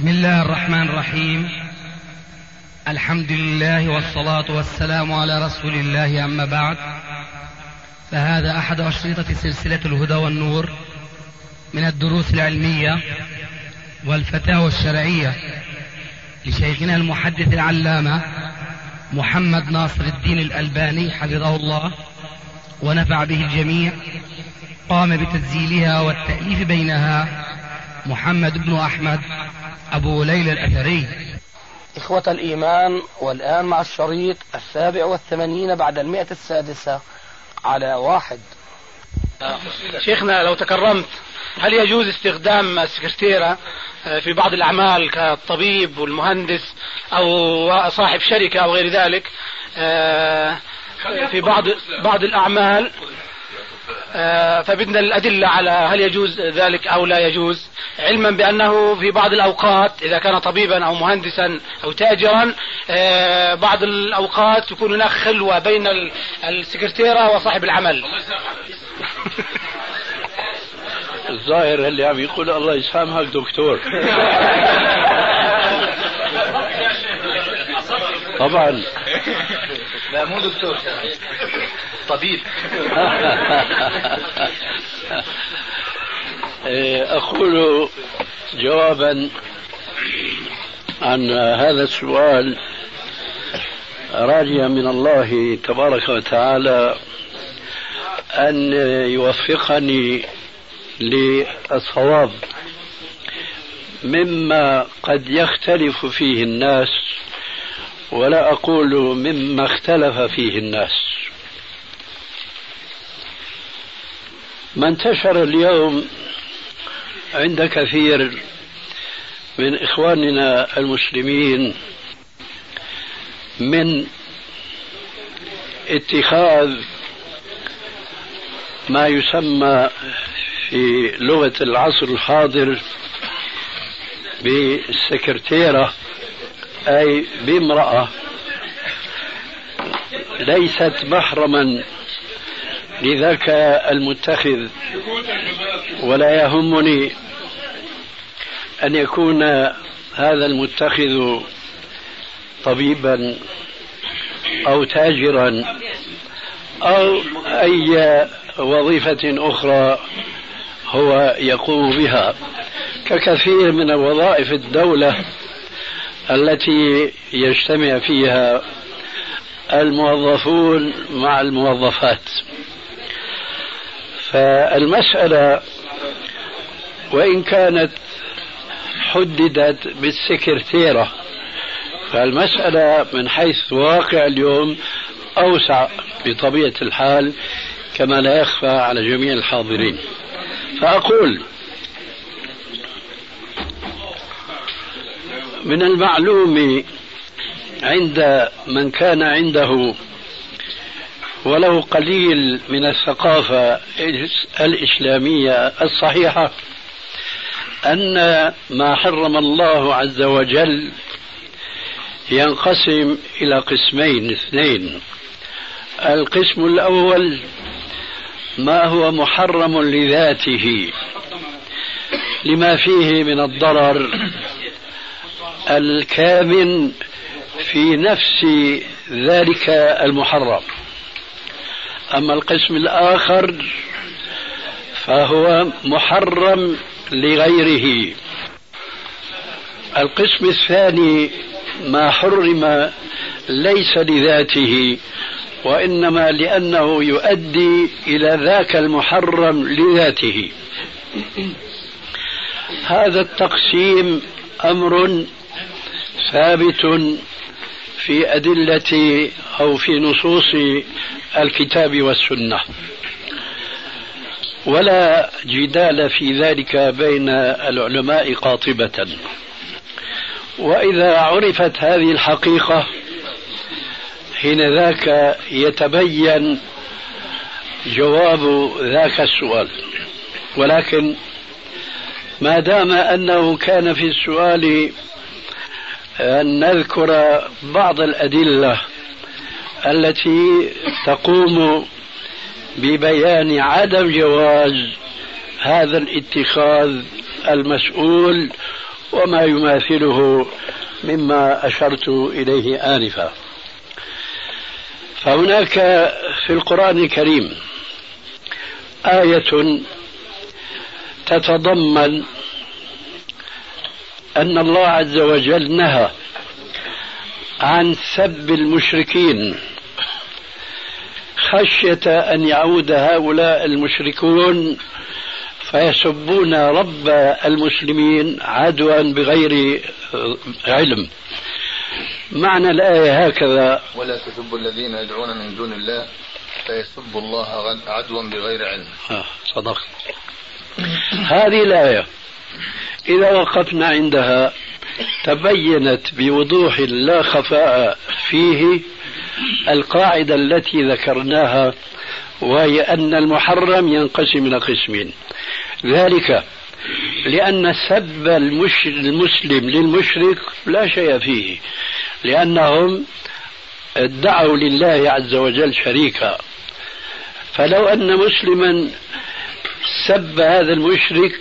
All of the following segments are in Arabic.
بسم الله الرحمن الرحيم. الحمد لله والصلاة والسلام على رسول الله، أما بعد، فهذا أحد أشرطة سلسلة الهدى والنور من الدروس العلمية والفتاوى الشرعية لشيخنا المحدث العلامة محمد ناصر الدين الألباني حفظه الله ونفع به الجميع. قام بتسجيلها والتأليف بينها محمد بن أحمد أبو ليلى الأثري. إخوة الإيمان، والآن مع الشريط 87 بعد 106 على 1. شيخنا لو تكرمت، هل يجوز استخدام السكرتيرة في بعض الأعمال كالطبيب والمهندس أو صاحب شركة أو غير ذلك في بعض الأعمال؟ فبدنا الأدلة على هل يجوز ذلك أو لا يجوز، علما بأنه في بعض الأوقات إذا كان طبيبا أو مهندسا أو تاجرا بعض الأوقات يكون هناك خلوة بين السكرتيرة وصاحب العمل. الظاهر اللي عم يقول الله يسامحك دكتور. طبعا لا، مو دكتور، طبيب. أقول جوابا عن هذا السؤال، راجيا من الله تبارك وتعالى أن يوفقني للصواب مما قد يختلف فيه الناس، ولا أقول مما اختلف فيه الناس. ما انتشر اليوم عند كثير من إخواننا المسلمين من اتخاذ ما يسمى في لغة العصر الحاضر بالسكرتيرة، أي بامرأة ليست محرما لذاك المتخذ، ولا يهمني أن يكون هذا المتخذ طبيبا أو تاجرا أو أي وظيفة أخرى هو يقوم بها، ككثير من وظائف الدولة التي يجتمع فيها الموظفون مع الموظفات. فالمسألة وإن كانت حددت بالسكرتيرة، فالمسألة من حيث واقع اليوم أوسع بطبيعة الحال، كما لا يخفى على جميع الحاضرين. فأقول من المعلوم عند من كان عنده ولو قليل من الثقافة الإسلامية الصحيحة أن ما حرم الله عز وجل ينقسم إلى قسمين اثنين. القسم الأول ما هو محرم لذاته لما فيه من الضرر الكامن في نفس ذلك المحرم. أما القسم الآخر فهو محرم لغيره. القسم الثاني ما حرم ليس لذاته، وإنما لأنه يؤدي إلى ذاك المحرم لذاته. هذا التقسيم أمر ثابت في أدلة أو في نصوص الكتاب والسنة، ولا جدال في ذلك بين العلماء قاطبة. وإذا عرفت هذه الحقيقة حين ذاك يتبين جواب ذاك السؤال. ولكن ما دام أنه كان في السؤال أن نذكر بعض الأدلة التي تقوم ببيان عدم جواز هذا الاتخاذ المسؤول وما يماثله مما أشرت إليه آنفا. فهناك في القرآن الكريم آية تتضمن أن الله عز وجل نهى عن سب المشركين خشية أن يعود هؤلاء المشركون فيسبون رب المسلمين عدوا بغير علم. معنى الآية هكذا: ولا تسبوا الذين يدعون من دون الله فيسبوا الله عدوا بغير علم. صدق. هذه الآية إذا وقفنا عندها تبينت بوضوح لا خفاء فيه القاعدة التي ذكرناها، وهي أن المحرم ينقسم إلى قسمين. ذلك لأن سب المسلم للمشرك لا شيء فيه، لأنهم ادعوا لله عز وجل شريكا. فلو أن مسلما سب هذا المشرك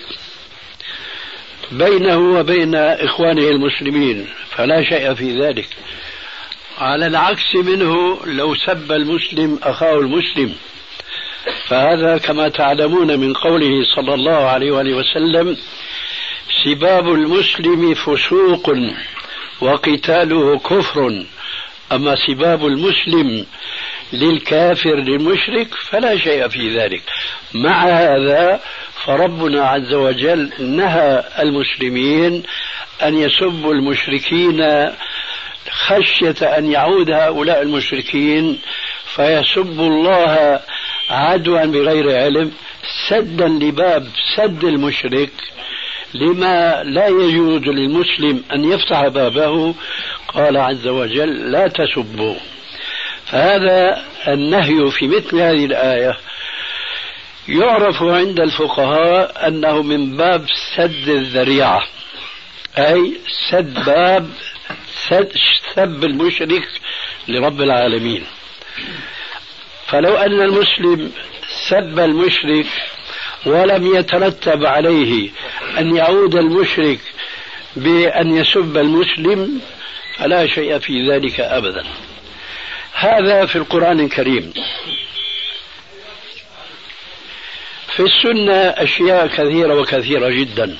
بينه وبين إخوانه المسلمين فلا شيء في ذلك. على العكس منه لو سب المسلم أخاه المسلم، فهذا كما تعلمون من قوله صلى الله عليه وآله وسلم: سباب المسلم فسوق وقتاله كفر، أما سباب المسلم للكافر للمشرك فلا شيء في ذلك. مع هذا فربنا عز وجل نهى المسلمين أن يسبوا المشركين خشية أن يعود هؤلاء المشركين فيسبوا الله عدوا بغير علم، سدا لباب سد المشرك لما لا يجوز للمسلم أن يفتح بابه. قال عز وجل: لا تسبوا. فهذا النهي في مثل هذه الآية يعرف عند الفقهاء أنه من باب سد الذريعة، أي سد باب سب المشرك لرب العالمين. فلو أن المسلم سب المشرك ولم يترتب عليه أن يعود المشرك بأن يسب المسلم فلا شيء في ذلك أبدا. هذا في القرآن الكريم. في السنة أشياء كثيرة وكثيرة جدا،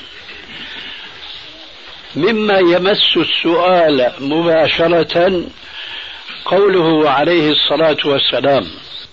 مما يمس السؤال مباشرة قوله عليه الصلاة والسلام: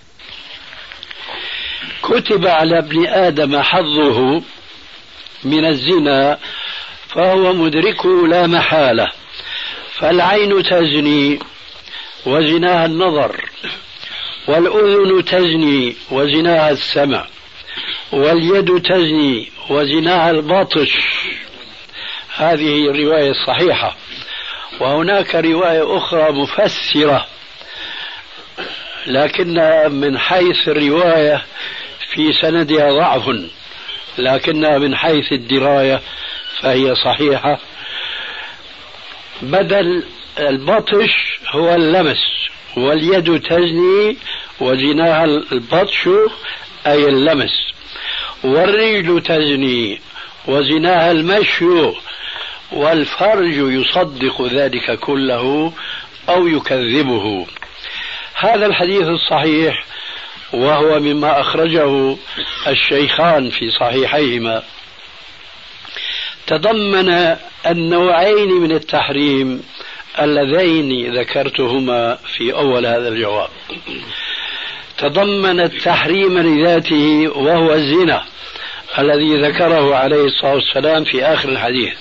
كتب على ابن آدم حظه من الزنا فهو مدركه لا محالة، فالعين تزني وزناها النظر، والأذن تزني وزناها السمع، واليد تزني وزناها البطش. هذه الرواية الصحيحة. وهناك رواية أخرى مفسرة لكن من حيث الرواية في سندها ضعف، لكنها من حيث الدراية فهي صحيحة. بدل البطش هو اللمس، واليد تزني وزناها البطش أي اللمس، والرجل تزني وزناها المشي، والفرج يصدق ذلك كله أو يكذبه. هذا الحديث الصحيح وهو مما أخرجه الشيخان في صحيحيهما تضمن النوعين من التحريم اللذين ذكرتهما في أول هذا الجواب. تضمن التحريم لذاته وهو الزنا الذي ذكره عليه الصلاة والسلام في آخر الحديث،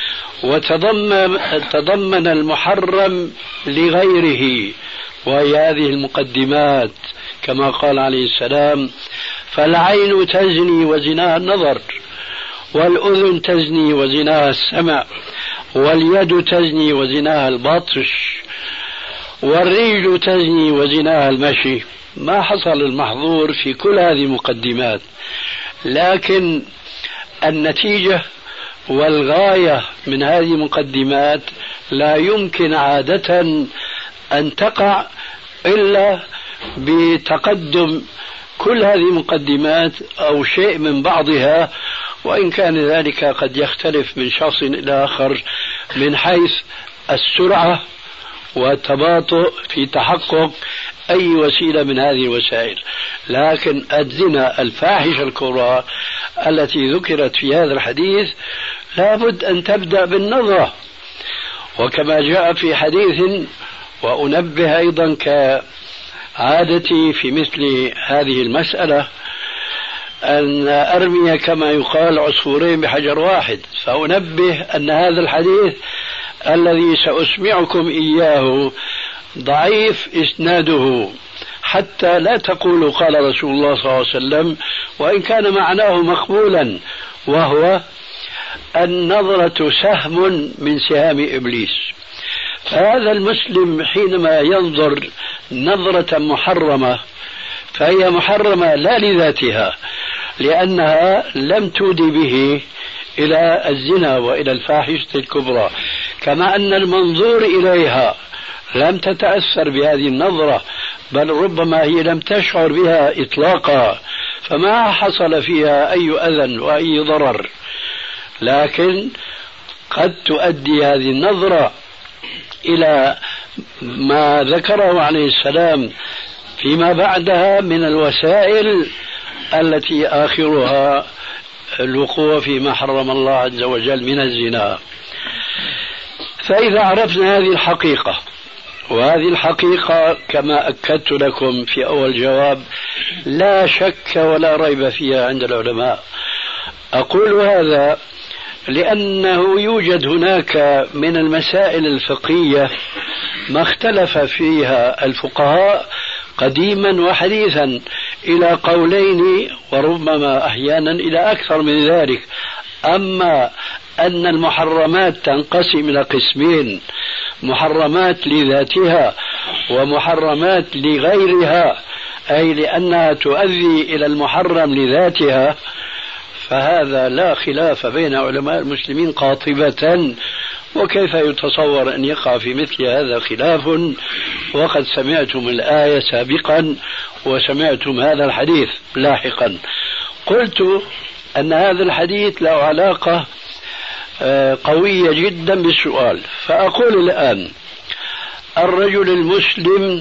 وتضمن المحرم لغيره وهي هذه المقدمات كما قال عليه السلام: فالعين تزني وزناها النظر، والأذن تزني وزناها السمع، واليد تزني وزناها البطش، والرجل تزني وزناها المشي. ما حصل المحظور في كل هذه المقدمات، لكن النتيجة والغاية من هذه المقدمات لا يمكن عادة أن تقع إلا بتقدم كل هذه المقدمات أو شيء من بعضها وإن كان ذلك قد يختلف من شخص إلى آخر من حيث السرعة والتباطؤ في تحقق أي وسيلة من هذه الوسائل، لكن الزنا الفاحشة الكبرى التي ذكرت في هذا الحديث لابد أن تبدأ بالنظرة. وكما جاء في حديث، وأنبه أيضا كعادتي في مثل هذه المسألة أن أرمي كما يقال عصفورين بحجر واحد، فأنبه أن هذا الحديث الذي سأسمعكم إياه ضعيف إسناده، حتى لا تقولوا قال رسول الله صلى الله عليه وسلم، وإن كان معناه مقبولا، وهو النظرة سهم من سهام إبليس. فهذا المسلم حينما ينظر نظرة محرمة فهي محرمة لا لذاتها، لأنها لم تودي به إلى الزنا وإلى الفاحشة الكبرى، كما أن المنظور إليها لم تتأثر بهذه النظرة، بل ربما هي لم تشعر بها إطلاقا، فما حصل فيها أي أذى وأي ضرر، لكن قد تؤدي هذه النظرة إلى ما ذكره عليه السلام فيما بعدها من الوسائل التي آخرها الوقوع فيما حرم الله عز وجل من الزنا. فإذا عرفنا هذه الحقيقة، وهذه الحقيقة كما أكدت لكم في أول جواب لا شك ولا ريب فيها عند العلماء، أقول هذا لأنه يوجد هناك من المسائل الفقهية ما اختلف فيها الفقهاء قديما وحديثا إلى قولين، وربما أحيانا إلى أكثر من ذلك. أما أن المحرمات تنقسم إلى قسمين: محرمات لذاتها ومحرمات لغيرها، أي لأنها تؤدي إلى المحرم لذاتها، فهذا لا خلاف بين علماء المسلمين قاطبة. وكيف يتصور أن يقع في مثل هذا خلاف وقد سمعتم الآية سابقا وسمعتم هذا الحديث لاحقا؟ قلت أن هذا الحديث له علاقة قوية جدا بالسؤال، فأقول الآن: الرجل المسلم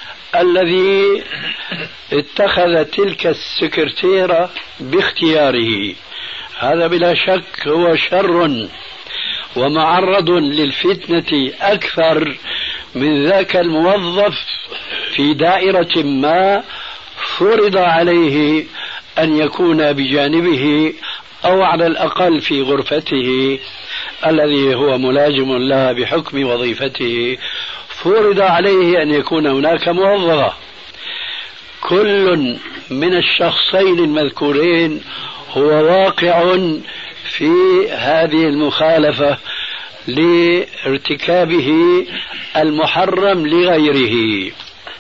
الذي اتخذ تلك السكرتيرة باختياره، هذا بلا شك هو شر ومعرض للفتنة أكثر من ذاك الموظف في دائرة ما فرض عليه أن يكون بجانبه أو على الأقل في غرفته الذي هو ملازم لها بحكم وظيفته، فرض عليه أن يكون هناك موظفة. كل من الشخصين المذكورين هو واقع في هذه المخالفة لارتكابه المحرم لغيره.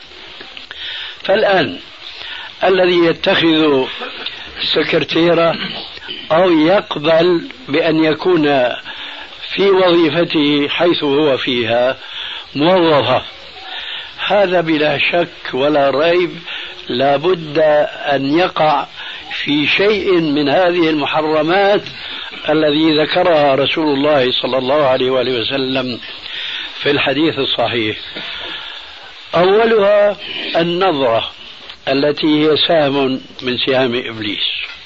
فالآن الذي يتخذ سكرتيرة أو يقبل بأن يكون في وظيفته حيث هو فيها موظفة، هذا بلا شك ولا ريب لابد أن يقع في شيء من هذه المحرمات الذي ذكرها رسول الله صلى الله عليه وآله وسلم في الحديث الصحيح. أولها النظرة التي هي سهم من سهام إبليس،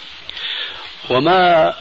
وما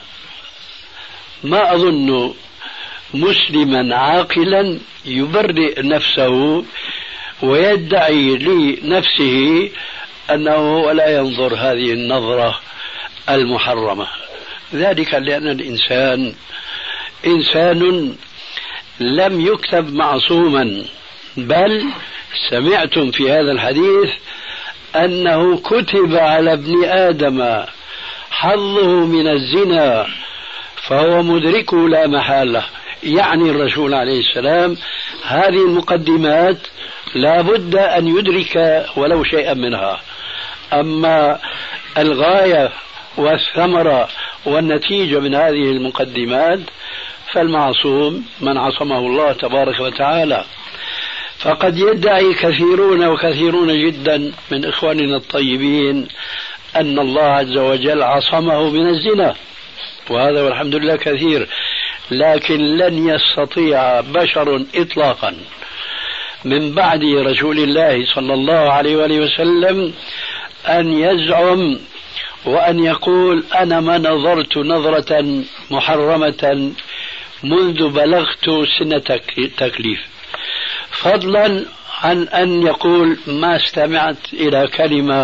أظن مسلما عاقلا يبرئ نفسه ويدعي لنفسه أنه لا ينظر هذه النظرة المحرمة، ذلك لأن الإنسان إنسان لم يكتب معصوما، بل سمعتم في هذا الحديث أنه كتب على ابن آدم حظه من الزنا فهو مدركه لا محالة. يعني الرسول عليه السلام هذه المقدمات لا بد أن يدرك ولو شيئا منها. أما الغاية والثمرة والنتيجة من هذه المقدمات فالمعصوم من عصمه الله تبارك وتعالى. فقد يدعي كثيرون وكثيرون جدا من إخواننا الطيبين أن الله عز وجل عصمه من الزنا، وهذا والحمد لله كثير، لكن لن يستطيع بشر إطلاقا من بعد رسول الله صلى الله عليه وآله وسلم أن يزعم وأن يقول أنا ما نظرت نظرة محرمة منذ بلغت سن تكليف، فضلا عن أن يقول ما استمعت إلى كلمة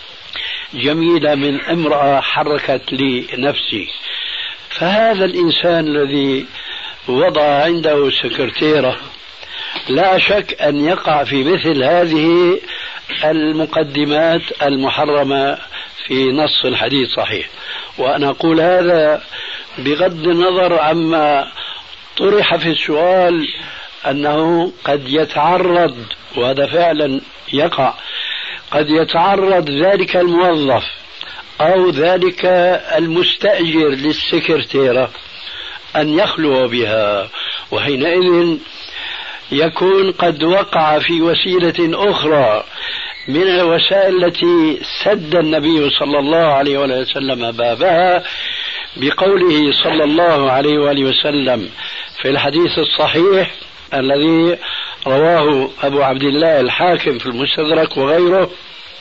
جميلة من امرأة حركت لي نفسي. فهذا الإنسان الذي وضع عنده سكرتيرة لا شك أن يقع في مثل هذه المقدمات المحرمة في نص الحديث صحيح. وأنا أقول هذا بغض النظر عما طرح في السؤال أنه قد يتعرض، وهذا فعلا يقع، قد يتعرض ذلك الموظف أو ذلك المستأجر للسكرتيرة أن يخلو بها، وحينئذ يكون قد وقع في وسيلة أخرى من الوسائل التي سد النبي صلى الله عليه وسلم بابها بقوله صلى الله عليه وآله وسلم في الحديث الصحيح الذي رواه أبو عبد الله الحاكم في المستدرك وغيره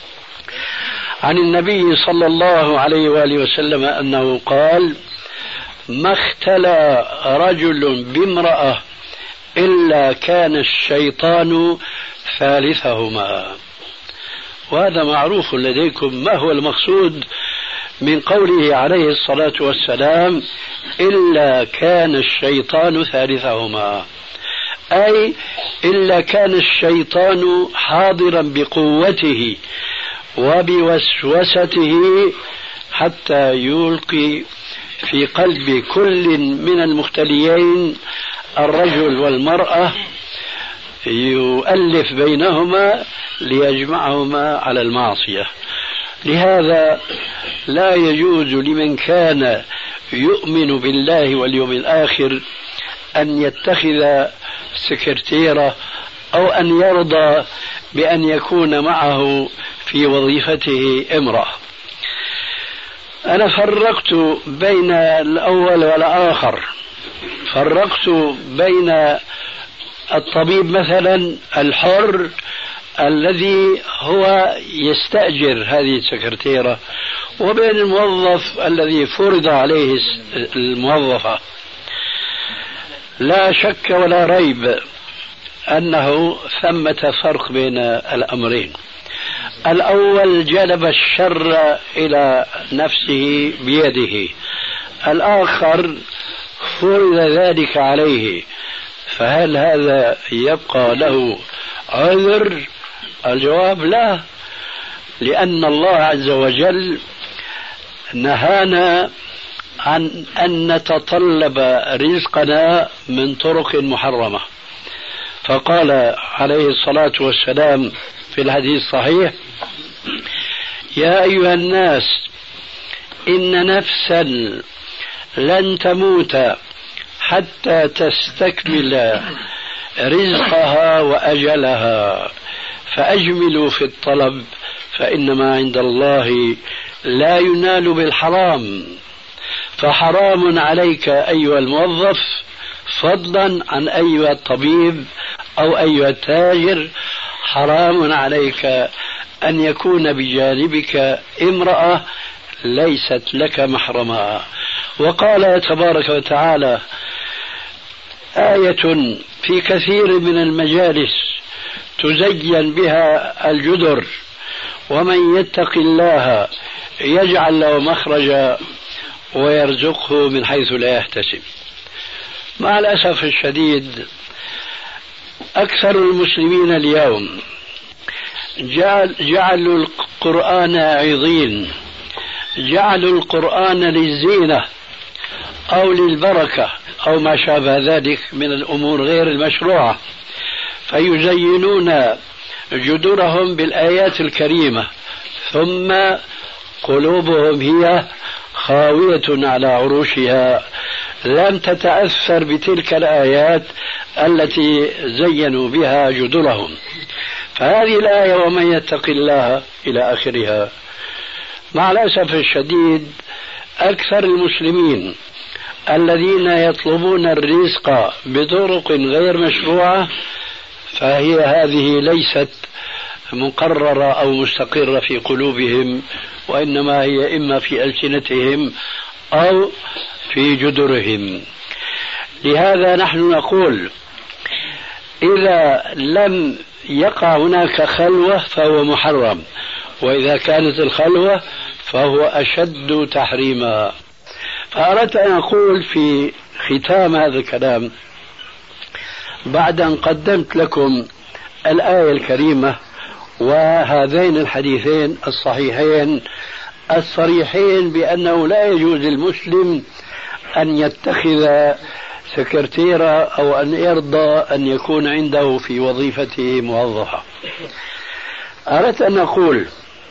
عن النبي صلى الله عليه وآله وسلم أنه قال: ما اختلى رجل بامرأة إلا كان الشيطان ثالثهما. وهذا معروف لديكم ما هو المقصود من قوله عليه الصلاة والسلام إلا كان الشيطان ثالثهما، أي إلا كان الشيطان حاضرا بقوته وبوسوسته حتى يلقي في قلب كل من المختليين الرجل والمرأة، يؤلف بينهما ليجمعهما على المعصية. لهذا لا يجوز لمن كان يؤمن بالله واليوم الآخر أن يتخذ سكرتيرة أو أن يرضى بأن يكون معه في وظيفته امرأة. أنا فرقت بين الأول والآخر، فرقت بين الطبيب مثلا الحر الذي هو يستأجر هذه السكرتيرة وبين الموظف الذي فرض عليه الموظفة. لا شك ولا ريب أنه ثمة فرق بين الأمرين. الأول جلب الشر إلى نفسه بيده، الآخر فرض ذلك عليه، فهل هذا يبقى له عذر؟ الجواب لا، لأن الله عز وجل نهانا عن أن نتطلب رزقنا من طرق محرمة، فقال عليه الصلاة والسلام في الحديث الصحيح: يا أيها الناس إن نفسا لن تموت حتى تستكمل رزقها وأجلها، فأجملوا في الطلب فإنما عند الله لا ينال بالحرام. فحرام عليك أيها الموظف فضلا عن أيها الطبيب أو أيها التاجر، حرام عليك أن يكون بجانبك امرأة ليست لك محرما. وقال تبارك وتعالى آية في كثير من المجالس تزين بها الجدر: ومن يتق الله يجعل له مخرجا ويرزقه من حيث لا يحتسب. مع الأسف الشديد أكثر المسلمين اليوم جعلوا القرآن عظيم، جعلوا القرآن للزينة أو للبركة أو ما شابه ذلك من الأمور غير المشروعة، فيزينون جدرهم بالآيات الكريمة ثم قلوبهم هي خاوية على عروشها، لم تتأثر بتلك الآيات التي زينوا بها جدرهم. فهذه الآية ومن يتق الله إلى آخرها، مع الأسف الشديد أكثر المسلمين الذين يطلبون الرزق بطرق غير مشروعة فهي هذه ليست مقررة أو مستقرة في قلوبهم، وإنما هي إما في ألسنتهم أو في جدرهم. لهذا نحن نقول إذا لم يقع هناك خلوة فهو محرم، وإذا كانت الخلوة فهو أشد تحريما. فأردت أن أقول في ختام هذا الكلام بعد أن قدمت لكم الآية الكريمة وهذين الحديثين الصحيحين الصريحين بأنه لا يجوز للمسلم أن يتخذ سكرتيرة أو أن يرضى أن يكون عنده في وظيفته موظفة. أردت أن أقول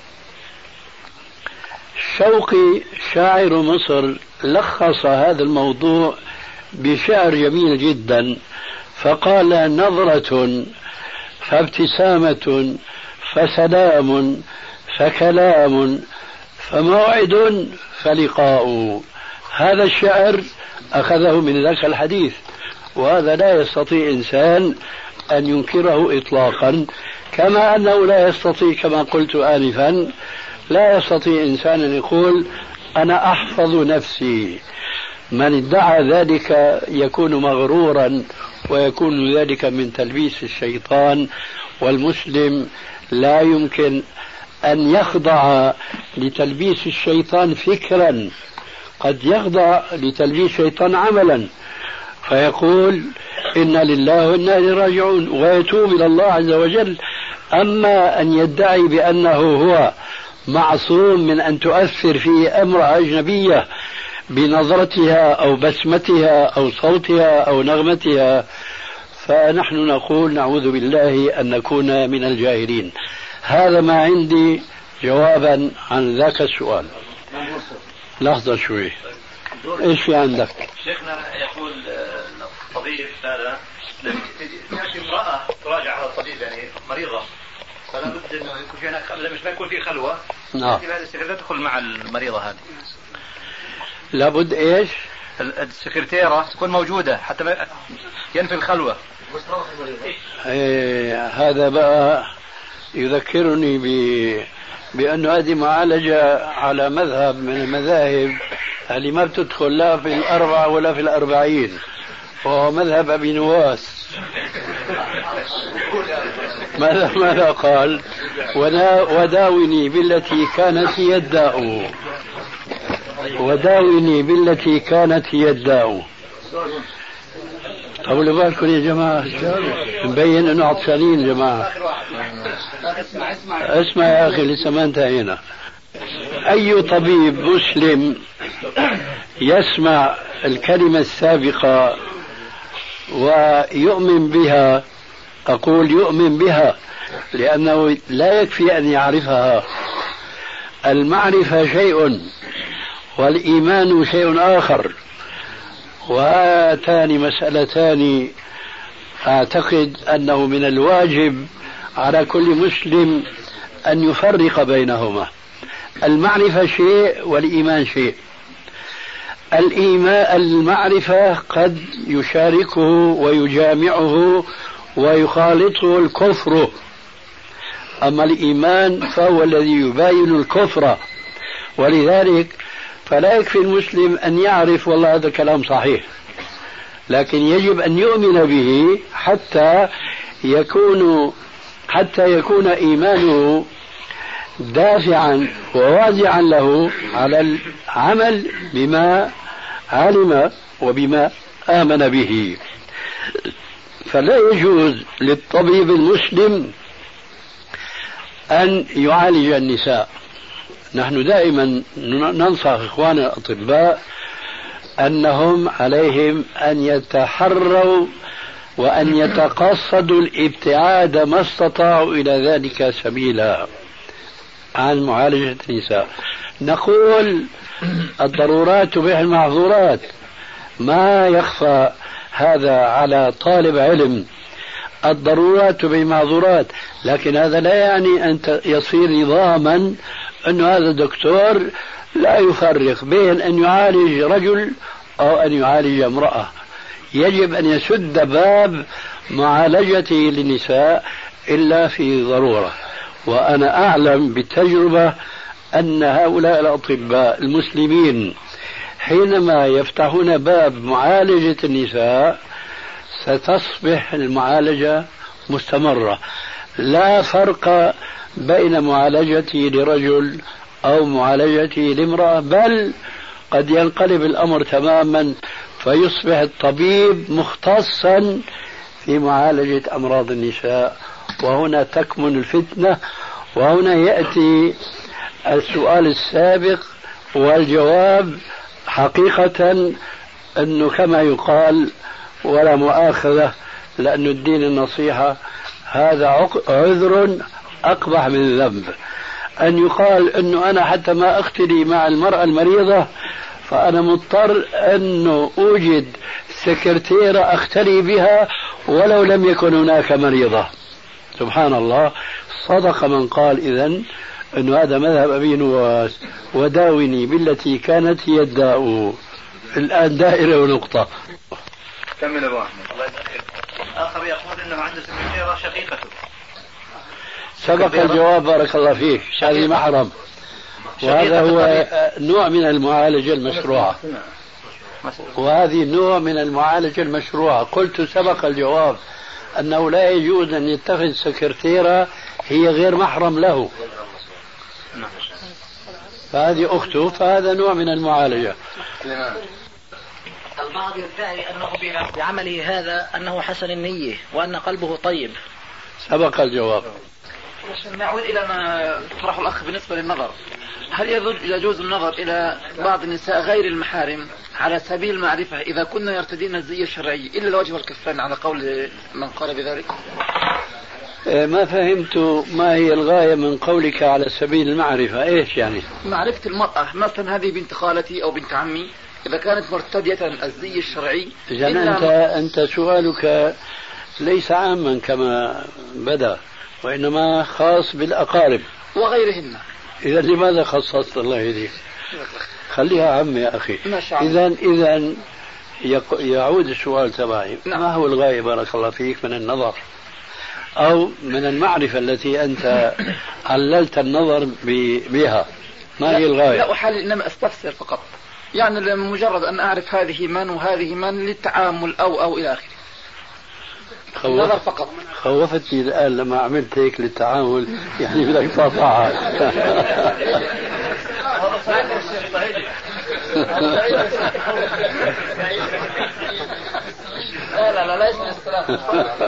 شوقي شاعر مصر لخص هذا الموضوع بشعر جميل جدا، فقال: نظرة فابتسامة فسلام فكلام فموعد فلقاء. هذا الشعر أخذه من ذاك الحديث، وهذا لا يستطيع إنسان أن ينكره إطلاقا، كما أنه لا يستطيع كما قلت آنفا لا يستطيع إنسان أن يقول أنا أحفظ نفسي. من ادعى ذلك يكون مغرورا ويكون ذلك من تلبيس الشيطان، والمسلم لا يمكن أن يخضع لتلبيس الشيطان فكرا، قد يخضع لتلبيس الشيطان عملا فيقول إنا لله وإنا إليه راجعون ويتوب إلى الله عز وجل. أما أن يدعي بأنه هو معصوم من أن تؤثر فيه أمر أجنبية بنظرتها أو بسمتها أو صوتها أو نغمتها، فنحن نقول نعوذ بالله أن نكون من الجاهلين. هذا ما عندي جوابا عن ذاك السؤال. لحظة شوي، ايش في عندك؟ شيخنا يقول الطبيب هذا تأتي امرأة تراجع على الطبيب يعني مريضة، فلا بد انه يكون في هناك مش ما يكون في خلوة. نعم. هذه السكرتيرة تدخل مع المريضة هذه. لابد ايش؟ السكرتيرة تكون موجودة حتى ما ينفي الخلوة. هذا بقى يذكرني بأن هذه معالجة على مذهب من المذاهب اللي ما بتدخل لا في الأربعة ولا في الأربعين، وهو مذهب أبي نواس. ماذا قال؟ وداوني بالتي كانت هي الداء، وداوني بالتي كانت هي الداء. طولوا بالكم يا جماعة، مبين انه عطشانين يا جماعة. اسمع يا اخي لسه ما انتهينا. اي طبيب مسلم يسمع الكلمة السابقة ويؤمن بها، اقول يؤمن بها لانه لا يكفي ان يعرفها. المعرفة شيء والايمان شيء اخر، وهاتان مسألتان أعتقد أنه من الواجب على كل مسلم أن يفرق بينهما. المعرفة شيء والإيمان شيء. المعرفة قد يشاركه ويجامعه ويخالطه الكفر، أما الإيمان فهو الذي يباين الكفر. ولذلك فلا يكفي المسلم أن يعرف والله هذا الكلام صحيح، لكن يجب أن يؤمن به حتى يكون إيمانه دافعا ووازعا له على العمل بما علم وبما آمن به. فلا يجوز للطبيب المسلم أن يعالج النساء. نحن دائما ننصح إخواننا الأطباء أنهم عليهم أن يتحروا وأن يتقصدوا الابتعاد ما استطاعوا إلى ذلك سبيلا عن معالجة النساء. نقول الضرورات تبيح المعذورات، ما يخفى هذا على طالب علم. الضرورات تبيح المعذورات، لكن هذا لا يعني أن يصير نظاما أن هذا الدكتور لا يفرق بين أن يعالج رجل أو أن يعالج امرأة يجب أن يسد باب معالجته للنساء إلا في ضرورة. وأنا أعلم بالتجربة أن هؤلاء الأطباء المسلمين حينما يفتحون باب معالجة النساء ستصبح المعالجة مستمرة، لا فرق بين معالجتي لرجل أو معالجتي لامرأة، بل قد ينقلب الأمر تماما فيصبح الطبيب مختصا في معالجة أمراض النساء. وهنا تكمن الفتنة، وهنا يأتي السؤال السابق والجواب. حقيقة أنه كما يقال ولا مؤاخذة لأن الدين النصيحة، هذا عذر أقبح من الذنب. أن يقال أنه أنا حتى ما أختلي مع المرأة المريضة فأنا مضطر أنه أوجد سكرتيرة أختلي بها ولو لم يكن هناك مريضة. سبحان الله. صدق من قال إذن أن هذا مذهب أبي نواس، وداوني بالتي كانت هي الداء. الآن دائرة ونقطة. كمل أبو أحمد. آخر يقول أنه عنده سكرتيرة شقيقته. سبق الجواب بارك الله فيك. هذه محرم، وهذا هو نوع من المعالجة المشروعة، وهذه نوع من المعالجة المشروعة. قلت سبق الجواب أنه لا يجوز أن يتخذ سكرتيرة هي غير محرم له، فهذه أخته، فهذا نوع من المعالجة. البعض يدعي أنه بعمله هذا أنه حسن النية وأن قلبه طيب. سبق الجواب. نعود إلى ما طرحه الأخ بالنسبة للنظر. هل يجوز النظر إلى بعض النساء غير المحارم على سبيل المعرفة إذا كنا يرتدين الزي الشرعي إلا الوجه والكفان على قول من قال بذلك؟ ما فهمت ما هي الغاية من قولك على سبيل المعرفة؟ إيش يعني؟ معرفة المرأة، مثلا هذه بنت خالتي أو بنت عمي إذا كانت مرتدية الزي الشرعي. إذن أنت سؤالك ليس عاما كما بدأ، وإنما خاص بالأقارب وغيرهن. إذا لماذا خصصت الله يهديك؟ خليها عم يا أخي. إذا يعود السؤال تبعي. ما هو الغاية بارك الله فيك من النظر أو من المعرفة التي أنت عللت النظر بها؟ ما هي الغاية؟ لا أحلل، إنما أستفسر فقط، يعني مجرد أن أعرف هذه من وهذه من للتعامل أو إلى آخره. النظر فقط. خوفتني الآن لما عملت هيك للتعامل، يعني بدك تقطعها. لا اسمع السلام.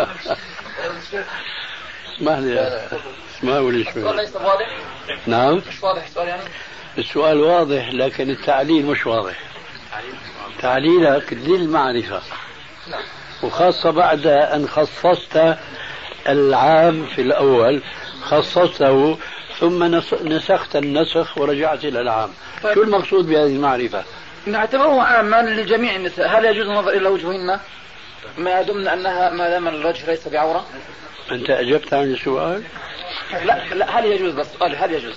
اسمح لي، اسمعوا لي شوي. ليس واضح؟ نعم. مش واضح السؤال يعني؟ السؤال واضح لكن التعليل مش واضح. تعليلك للمعرفة، وخاصة بعد أن خصصت العام في الأول خصصته ثم نسخت النسخ ورجعت إلى العام. طيب. شو المقصود بهذه المعرفة؟ نعتبره عاما لجميع النساء. هل يجوز النظر إلى وجوههن ما دمنا أنها ما دام الوجه ليس بعورة؟ أنت أجبت عن السؤال؟ لا هل يجوز؟ بس سؤال هل يجوز؟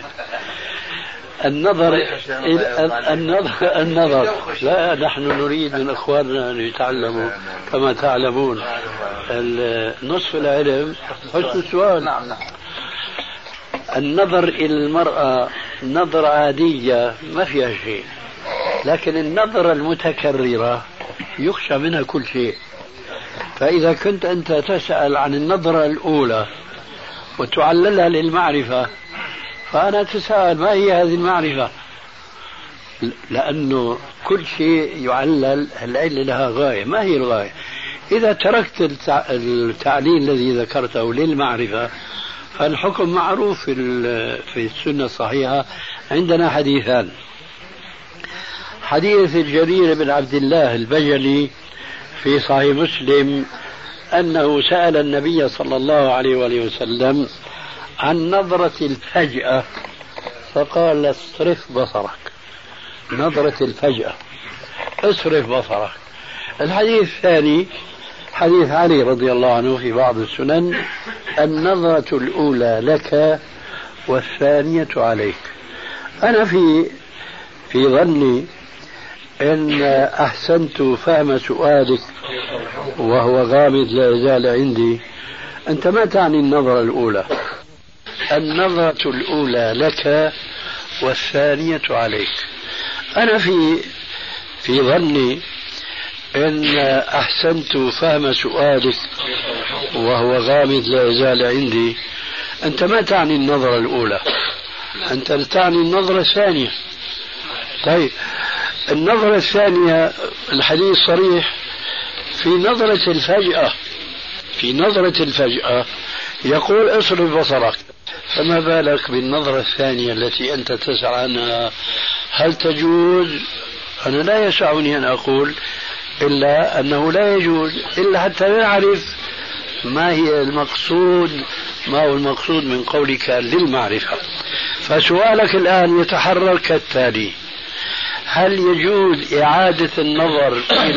النظر لا، نحن نريد من إخواننا أن يتعلموا كما تعلمون. نصف العلم حسن السؤال. نعم. النظر إلى المرأة نظرة عادية ما فيها شيء، لكن النظرة المتكررة يخشى منها كل شيء. فإذا كنت أنت تسأل عن النظرة الأولى وتعللها للمعرفة، فأنا أتساءل ما هي هذه المعرفة؟ لأنه كل شيء يعلل العلة لها غاية. ما هي الغاية؟ إذا تركت التعليل الذي ذكرته للمعرفة فالحكم معروف في السنة الصحيحة. عندنا حديثان: حديث جرير بن عبد الله البجلي في صحيح مسلم أنه سأل النبي صلى الله عليه وآله وسلم عن نظرة الفجأة فقال: اصرف بصرك. نظرة الفجأة، اصرف بصرك. الحديث الثاني حديث علي رضي الله عنه في بعض السنن: النظرة الأولى لك والثانية عليك. أنا في ظني إن أحسنت فهم سؤالك وهو غامض لا يزال عندي. أنت ما تعني النظرة الأولى. النظرة الأولى لك والثانية عليك. أنا في ظني إن أحسنت فهم سؤالك وهو غامض لا يزال عندي. أنت ما تعني النظرة الأولى، أنت تعني النظرة الثانية. طيب النظرة الثانية الحديث صريح في نظرة الفجأة، في نظرة الفجأة يقول اصرف بصرك، فما بالك بالنظرة الثانية التي أنت تسأل عنها هل تجوز؟ أنا لا يسعني أن أقول إلا أنه لا يجوز، إلا حتى نعرف ما هي المقصود، ما هو المقصود من قولك للمعرفة. فسؤالك الآن يتحرر كالتالي: هل يجوز إعادة النظر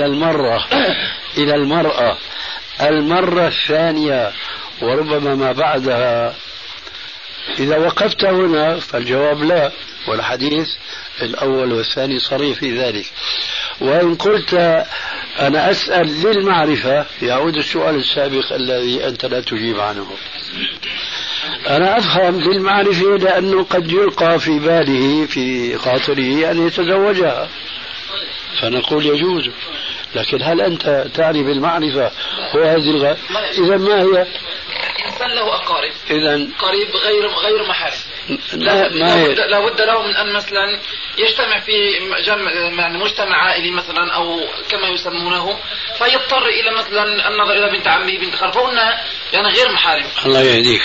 إلى المرأة المرة الثانية وربما ما بعدها؟ إذا وقفت هنا فالجواب لا، والحديث الأول والثاني صريح في ذلك. وإن قلت أنا أسأل للمعرفة يعود السؤال السابق الذي أنت لا تجيب عنه. أنا أفهم للمعرفة لأنه قد يلقى في باله في خاطره أن يتزوجها، فنقول يجوز. لكن هل أنت تعني بالمعرفة هو هذه الغاية؟ إذا ما هي؟ إنسان له أقارب، إذا قريب غير محارم، لا بد له من أن مثلا يجتمع في يعني مجتمع عائلي مثلا أو كما يسمونه، فيضطر إلى مثلا النظر إلى بنت عمه بنت خالته، فهن يعني غير محارم. الله يهديك.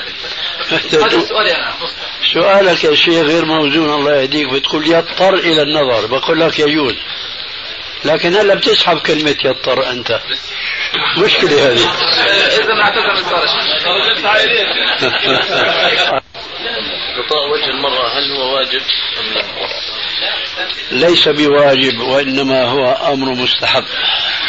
هذا سؤالي أنا. سؤالك يا شيخ غير موزون، الله يهديك. بتقول يضطر إلى النظر، بقول لك يجوز، لكن هلا بتسحب كلمة يضطر أنت، مشكلة هذه. إذا نعتذر من غطاء وجه المرأة هل هو واجب أم لا؟ ليس بواجب، وإنما هو أمر مستحب.